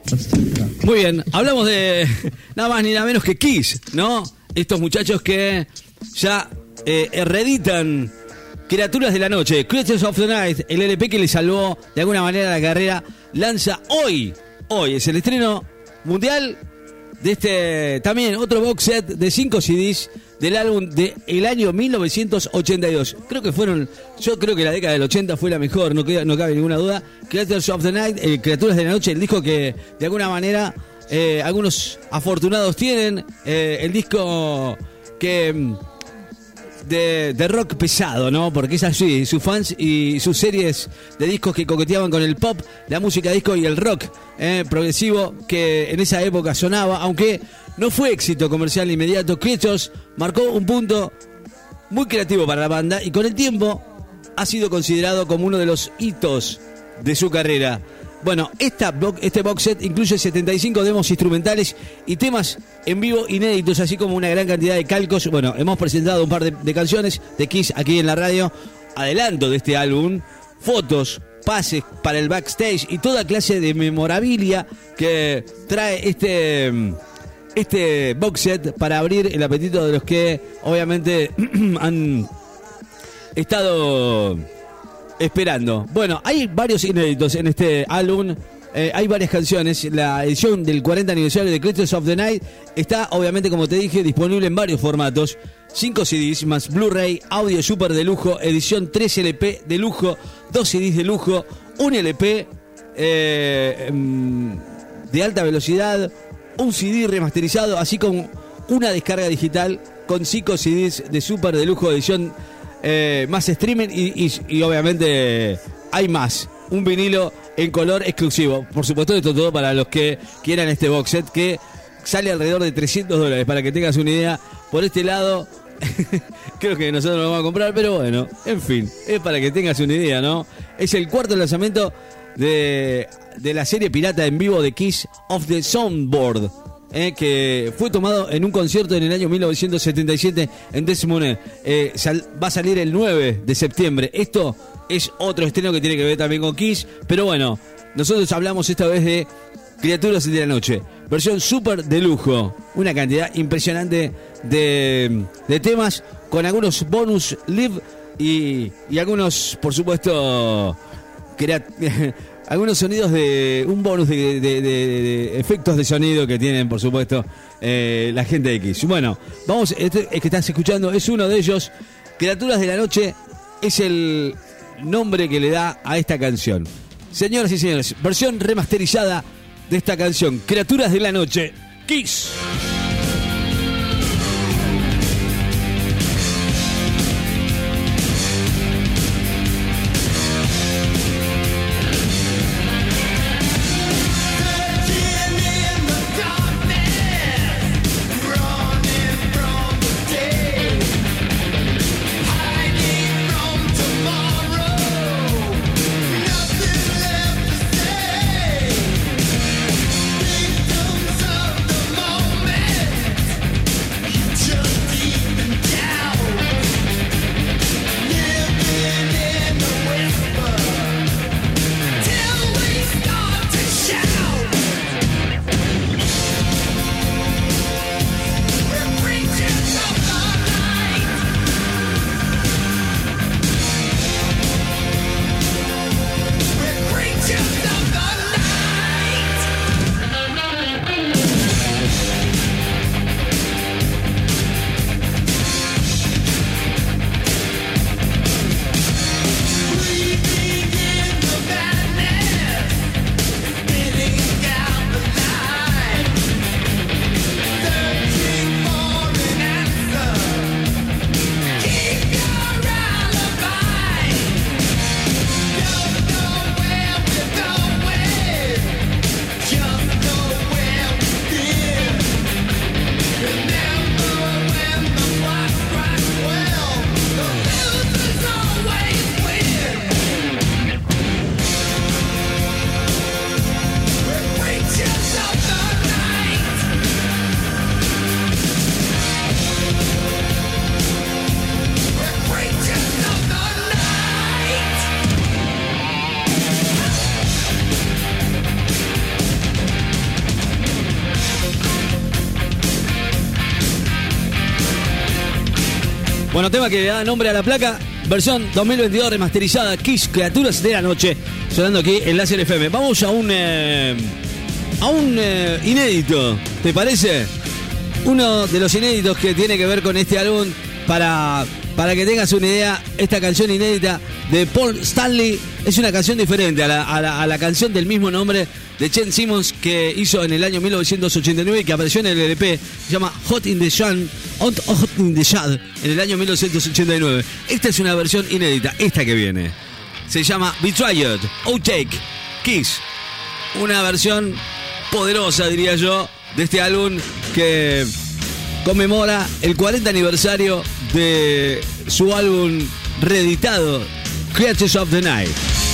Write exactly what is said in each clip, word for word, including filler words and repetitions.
Muy bien, hablamos de nada más ni nada menos que Kiss, ¿no? Estos muchachos que ya eh, reeditan Criaturas de la Noche, Creatures of the Night, el L P que le salvó de alguna manera la carrera, lanza hoy, hoy es el estreno mundial de este, también otro box set de cinco C Ds del álbum del año mil novecientos ochenta y dos. Creo que fueron, yo creo que la década del ochenta fue la mejor, no, queda, no cabe ninguna duda. Creatures of the Night, eh, Criaturas de la Noche, el disco que de alguna manera eh, algunos afortunados tienen, eh, el disco que de, de rock pesado, ¿no? Porque es así, sus fans y sus series de discos que coqueteaban con el pop, la música disco y el rock eh, progresivo que en esa época sonaba, aunque no fue éxito comercial inmediato. Creatures marcó un punto muy creativo para la banda y con el tiempo ha sido considerado como uno de los hitos de su carrera. Bueno, esta, este box set incluye setenta y cinco demos instrumentales y temas en vivo inéditos, así como una gran cantidad de calcos. Bueno, hemos presentado un par de, de canciones de Kiss aquí en la radio, adelanto de este álbum, fotos, pases para el backstage y toda clase de memorabilia que trae este... Este box set para abrir el apetito de los que obviamente han estado esperando. Bueno, hay varios inéditos en este álbum, eh, hay varias canciones. La edición del cuarenta aniversario de Creatures of the Night está obviamente, como te dije, disponible en varios formatos. cinco C Ds más Blu-ray, audio super de lujo, edición tres L P de lujo, dos C Ds de lujo, un L P eh, de alta velocidad, un C D remasterizado, así como una descarga digital con cinco C Ds de super de lujo, edición eh, más streaming y, y, y obviamente hay más. Un vinilo en color exclusivo. Por supuesto, esto todo para los que quieran este box set que sale alrededor de trescientos dólares, para que tengas una idea. Por este lado, creo que nosotros lo vamos a comprar, pero bueno, en fin, es para que tengas una idea, ¿no? Es el cuarto lanzamiento de, de la serie pirata en vivo de Kiss of the Soundboard, eh, que fue tomado en un concierto en el año mil novecientos setenta y siete en Des Moines. Eh, sal, va a salir el nueve de septiembre. Esto es otro estreno que tiene que ver también con Kiss, pero bueno, nosotros hablamos esta vez de Criaturas de la Noche, versión súper de lujo, una cantidad impresionante de, de temas, con algunos bonus live y, y algunos, por supuesto, crea, algunos sonidos de un bonus de, de, de, de efectos de sonido que tienen, por supuesto, eh, la gente de Kiss. Bueno, vamos, este es que estás escuchando, es uno de ellos. Criaturas de la Noche es el nombre que le da a esta canción. Señoras y señores, versión remasterizada de esta canción, Criaturas de la Noche, Kiss. Victims of the moment. Bueno, tema que le da nombre a la placa, versión dos mil veintidós remasterizada, Kiss, Criaturas de la Noche, sonando aquí en Láser F M. Vamos a un eh, a un eh, inédito, ¿te parece? Uno de los inéditos que tiene que ver con este álbum, para, para que tengas una idea, esta canción inédita de Paul Stanley es una canción diferente a la, a la, a la canción del mismo nombre de Gene Simmons que hizo en el año mil novecientos ochenta y nueve y que apareció en el L P, se llama Hot in the Sun, Hot, Hot in the Shad, en el año mil novecientos ochenta y nueve. Esta es una versión inédita, esta que viene. Se llama Betrayed, Outtake, Kiss. Una versión poderosa, diría yo, de este álbum que conmemora el cuarenta aniversario de su álbum reeditado, Creatures of the Night.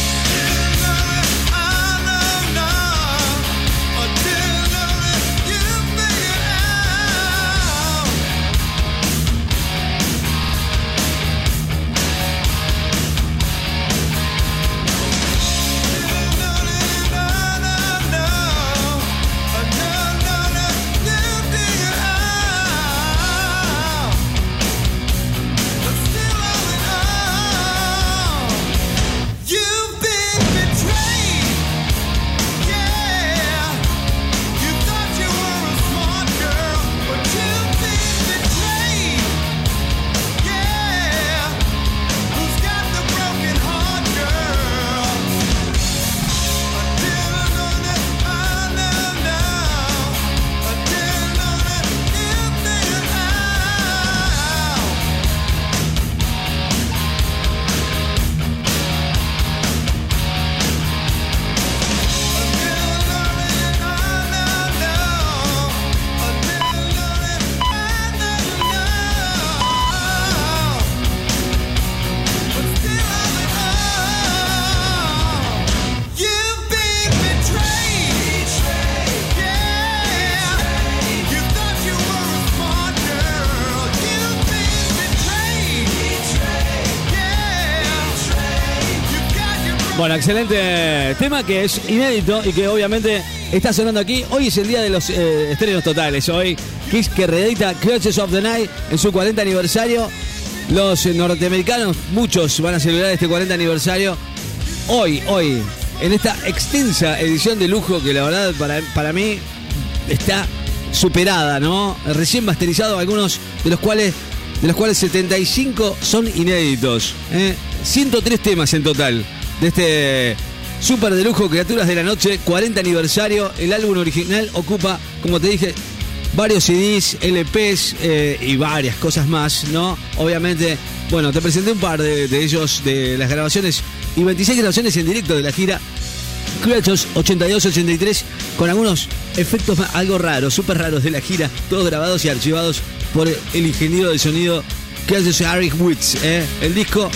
Bueno, excelente tema que es inédito y que obviamente está sonando aquí. Hoy es el día de los eh, estrenos totales. Hoy Kiss, que reedita Creatures of the Night en su cuarenta aniversario. Los eh, norteamericanos, muchos van a celebrar este cuarenta aniversario. Hoy, hoy, en esta extensa edición de lujo que la verdad para, para mí está superada, ¿no? Recién masterizado, algunos de los cuales, de los cuales setenta y cinco son inéditos. ¿eh? ciento tres temas en total de este súper de lujo, Criaturas de la Noche, cuarenta aniversario. El álbum original ocupa, como te dije, varios C Ds, L Ps eh, y varias cosas más, ¿no? Obviamente, bueno, te presenté un par de, de ellos, de las grabaciones, y veintiséis grabaciones en directo de la gira Creatures ochenta y dos ochenta y tres, con algunos efectos algo raros, súper raros de la gira, todos grabados y archivados por el ingeniero de sonido que hace Eric Witz. ¿eh? El disco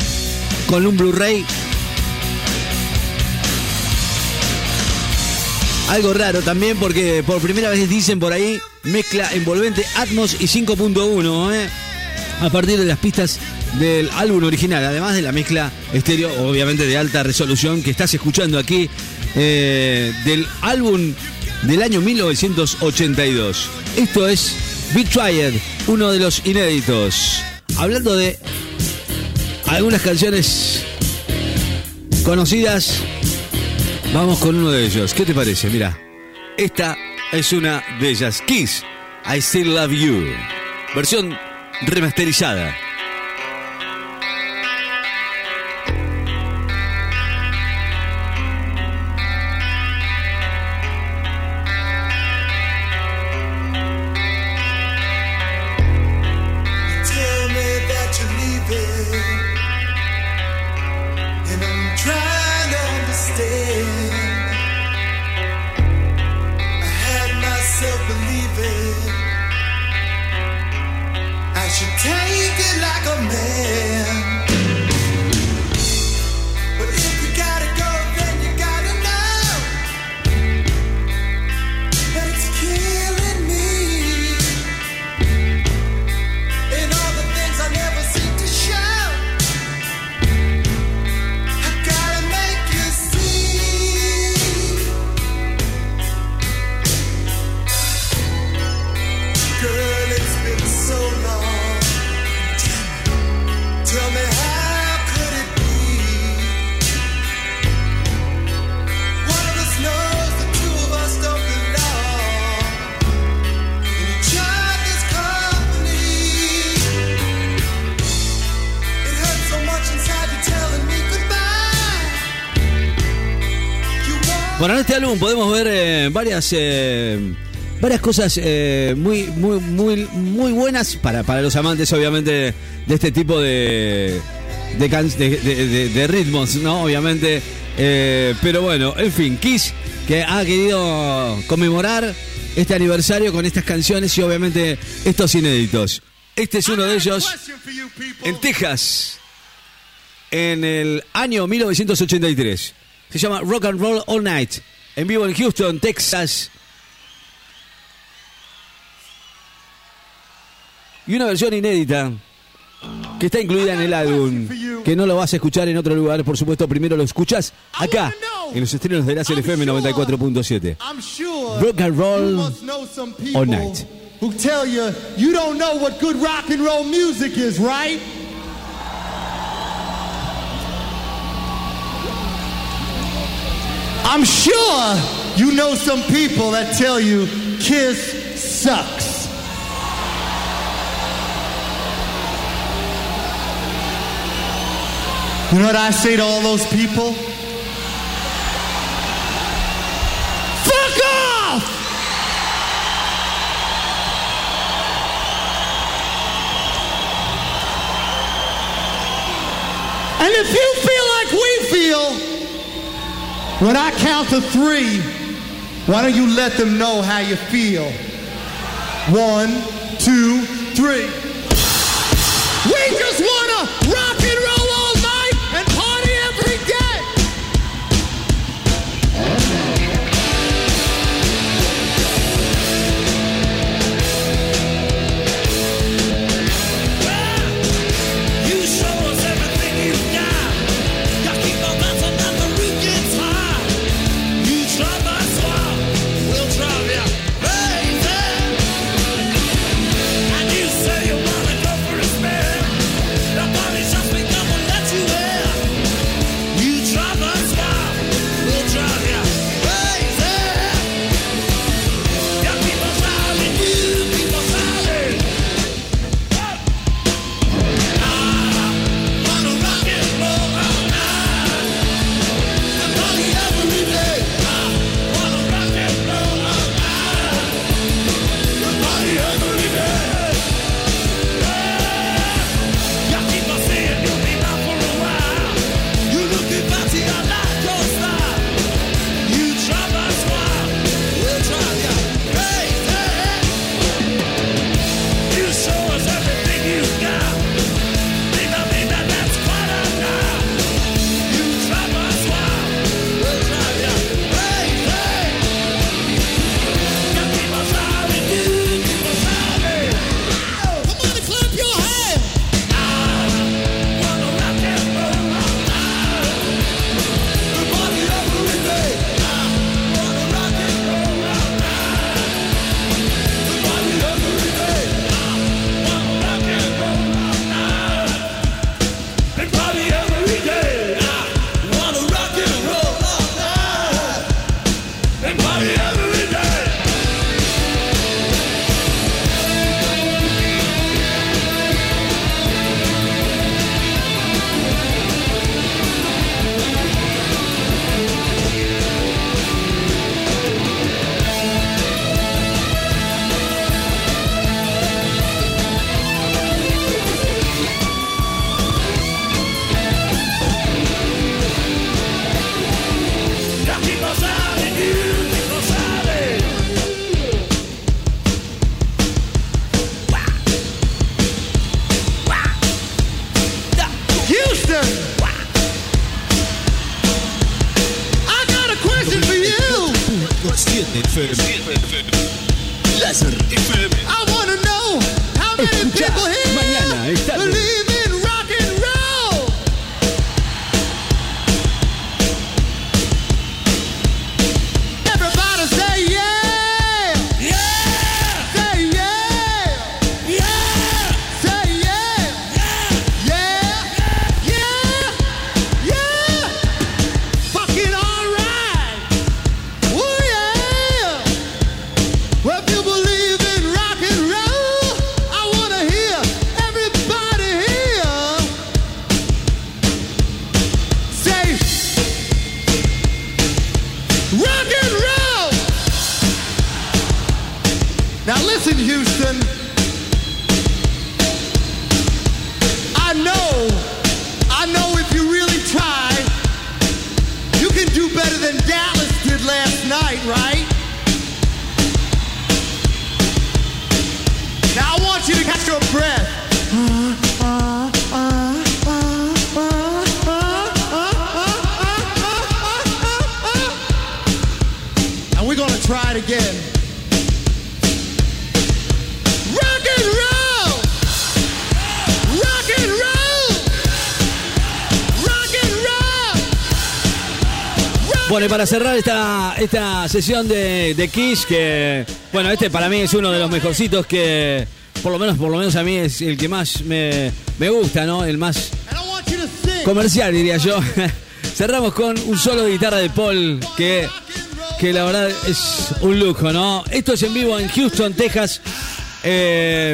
con un Blu-ray. Algo raro también porque por primera vez dicen por ahí mezcla envolvente Atmos y cinco punto uno, ¿eh? a partir de las pistas del álbum original, además de la mezcla estéreo, obviamente de alta resolución, que estás escuchando aquí, eh, del álbum del año mil novecientos ochenta y dos. Esto es Betrayed, uno de los inéditos. Hablando de algunas canciones conocidas, vamos con uno de ellos. ¿Qué te parece? Mira, esta es una de ellas. Kiss, I Still Love You, versión remasterizada. Girl, it's been so long. Bueno, en este álbum podemos ver eh, varias eh, varias cosas eh, muy muy muy muy buenas para, para los amantes, obviamente, de este tipo de de, can- de, de, de, de ritmos, ¿no? Obviamente. Eh, pero bueno, en fin, Kiss, que ha querido conmemorar este aniversario con estas canciones y obviamente estos inéditos. Este es uno de ellos en Texas, en el año mil novecientos ochenta y tres. Se llama Rock and Roll All Night, en vivo en Houston, Texas. Y una versión inédita que está incluida en el álbum, que no lo vas a escuchar en otro lugar, por supuesto. Primero lo escuchas acá, en los estrenos de Láser F M noventa y cuatro punto siete. Rock and Roll All Night. Who tell you you don't know what good rock and roll music is, right? I'm sure you know some people that tell you Kiss sucks. You know what I say to all those people? Fuck off! And if you feel like we feel, when I count to three, why don't you let them know how you feel? One, two, three. We just wanna rock and roll all night and party every day. You show us everything you've got. You keep on dancing and the roof gets high. You drive us wild, we'll drive you crazy. And you say you wanna go for a spin. Nobody's just been gonna let you in. You drive us wild, we'll drive you crazy. You keep on driving, you keep on driving. I wanna rock and roll all night and party every day. I wanna rock and roll all night and party every day. You keep on saying you'll be down for a while. You looking fancy, I like your style. You drive us wild, we'll drive you crazy. You show us everything you've got. Baby, baby, that's quite a night. You drive us wild, we'll drive you crazy. You keep on driving, you keep on driving. Come on and clap your hands. I wanna rock and roll all night and party every day. I wanna rock and roll all night and party every day. I wanna rock and roll all night and party every day. I wanna rock and roll all night and party every day. You keep on driving, you keep on driving. Houston, I got a question for you. I want to know how many Escuchá, people here mañana, es tarde. believe in rock and roll. Everybody say yeah. Yeah! Say yeah. Yeah! Say yeah. Yeah. Yeah. Yeah. Fucking all right. Oh yeah. Well, if you believe in rock and roll, I want to hear everybody here. Now listen, Houston. I know, I know if you really try, you can do better than Dallas did last night, right? Now I want you to catch your breath. And we're gonna try it again. Rock and roll! Rock and roll! Rock and roll! Rock Bueno, y para cerrar esta, esta sesión de, de Kiss, que, bueno, este para mí es uno de los mejorcitos que, por lo menos, por lo menos a mí es el que más me, me gusta, ¿no? El más and I want you to sing. comercial, diría yo. Cerramos con un solo de guitarra de Paul, que, que la verdad es un lujo, ¿no? Esto es en vivo en Houston, Texas, eh,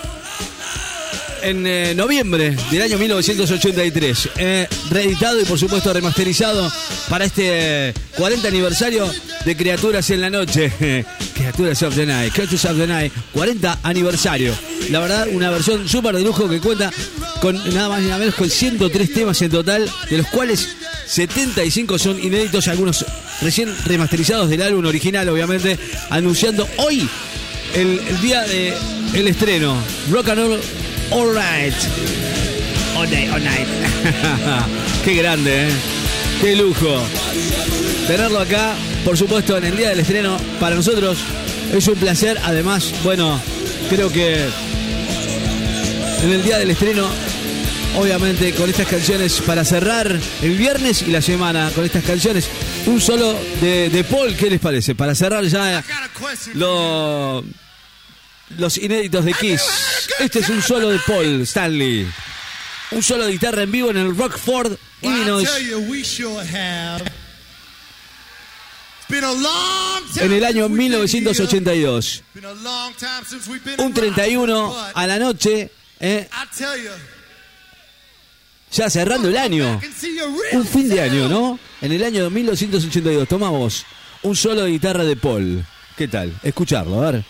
en eh, noviembre del año mil novecientos ochenta y tres. Eh, reeditado y por supuesto remasterizado para este cuarenta aniversario de Criaturas en la Noche. Criaturas of the Night, Criaturas of the Night, cuarenta aniversario. La verdad, una versión súper de lujo que cuenta con nada más ni nada menos con ciento tres temas en total, de los cuales setenta y cinco son inéditos, algunos recién remasterizados del álbum original, obviamente, anunciando hoy el, el día de el estreno. Rock and Roll All Right. All Night, All Night. Qué grande, ¿eh? Qué lujo. Tenerlo acá, por supuesto, en el día del estreno, para nosotros es un placer. Además, bueno, creo que en el día del estreno, obviamente, con estas canciones para cerrar el viernes y la semana, con estas canciones, un solo de, de Paul, ¿qué les parece? Para cerrar ya lo, los inéditos de Kiss. Este es un solo de Paul Stanley. Un solo de guitarra en vivo en el Rockford, Well, I Illinois, tell you, we sure have. It's been a long time en el año since we've mil novecientos been ochenta y dos. here. Been a long time since we've been Un treinta y uno around, but a la noche, eh, I tell you, ya cerrando el año. I can see your real Un fin de self. año, ¿no? En el año mil novecientos ochenta y dos. Tomamos un solo de guitarra de Paul. ¿Qué tal? Escucharlo, a ver.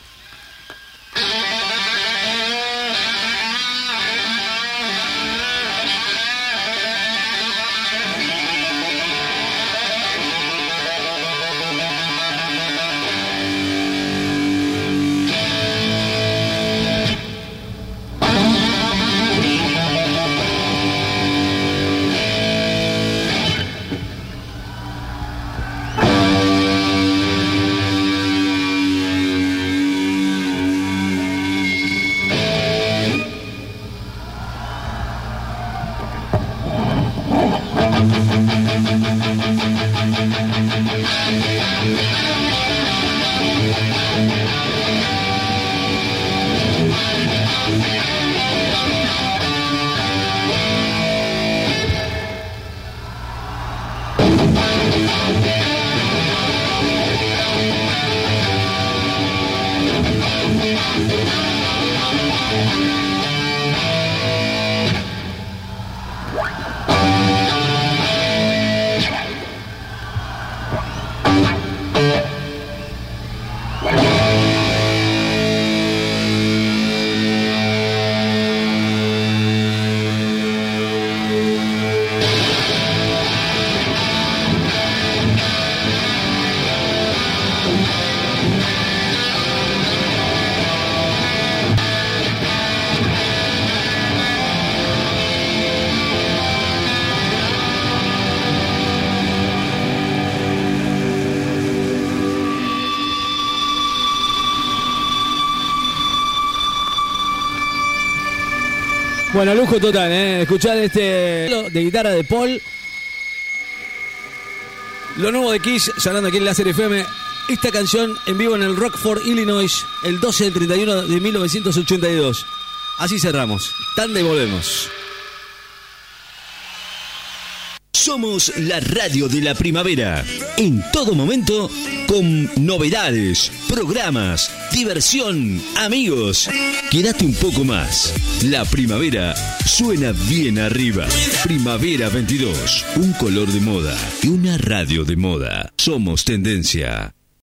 Bueno, lujo total, ¿eh? Escuchar este de guitarra de Paul. Lo nuevo de Kiss, sonando aquí en Láser F M. Esta canción en vivo en el Rockford, Illinois, el doce del treinta y uno de mil novecientos ochenta y dos. Así cerramos. Tanda y volvemos. Somos la radio de la primavera. En todo momento, con novedades, programas, diversión, amigos. Quédate un poco más. La primavera suena bien arriba. Primavera veintidós, un color de moda y una radio de moda. Somos tendencia.